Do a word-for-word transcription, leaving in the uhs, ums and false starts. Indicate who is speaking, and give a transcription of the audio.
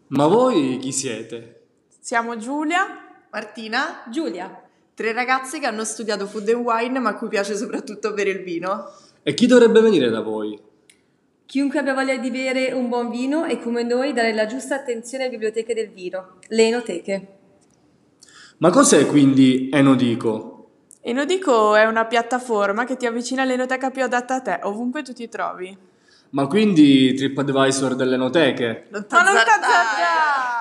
Speaker 1: Ma voi chi siete?
Speaker 2: Siamo Giulia,
Speaker 3: Martina,
Speaker 4: Giulia.
Speaker 3: tre ragazze che hanno studiato food and wine, ma a cui piace soprattutto bere il vino.
Speaker 1: E chi dovrebbe venire da voi?
Speaker 4: Chiunque abbia voglia di bere un buon vino e come noi dare la giusta attenzione alle biblioteche del vino, le enoteche.
Speaker 1: Ma cos'è quindi Enodico?
Speaker 2: Enodico è una piattaforma che ti avvicina all'enoteca più adatta a te, ovunque tu ti trovi.
Speaker 1: Ma quindi TripAdvisor delle enoteche?
Speaker 3: Non
Speaker 2: Ma non
Speaker 3: t'azzardare!
Speaker 2: t'azzardare!